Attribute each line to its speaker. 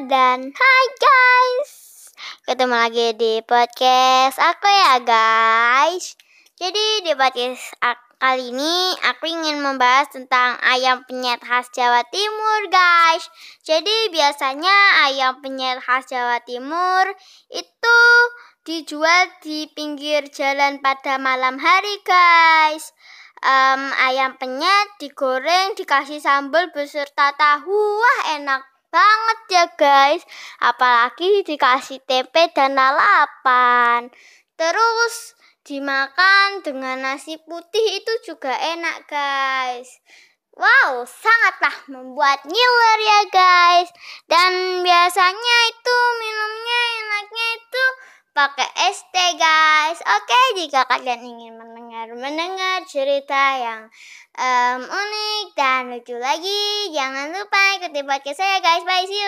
Speaker 1: dan hai guys, ketemu lagi di podcast aku ya guys. Jadi di podcast kali ini aku ingin membahas tentang ayam penyet khas Jawa Timur guys. Jadi biasanya ayam penyet khas Jawa Timur itu dijual di pinggir jalan pada malam hari guys. Ayam penyet digoreng dikasih sambal beserta tahu, wah enak banget ya guys, apalagi dikasih tempe dan lalapan. Terus dimakan dengan nasi putih itu juga enak guys. Wow, sangatlah membuat ngiler ya guys. Dan biasanya itu minumnya enaknya itu pakai es teh guys. Oke, jika kalian ingin mendengar cerita yang unik dan lucu lagi, jangan lupa ikuti podcast saya guys. Bye, see you.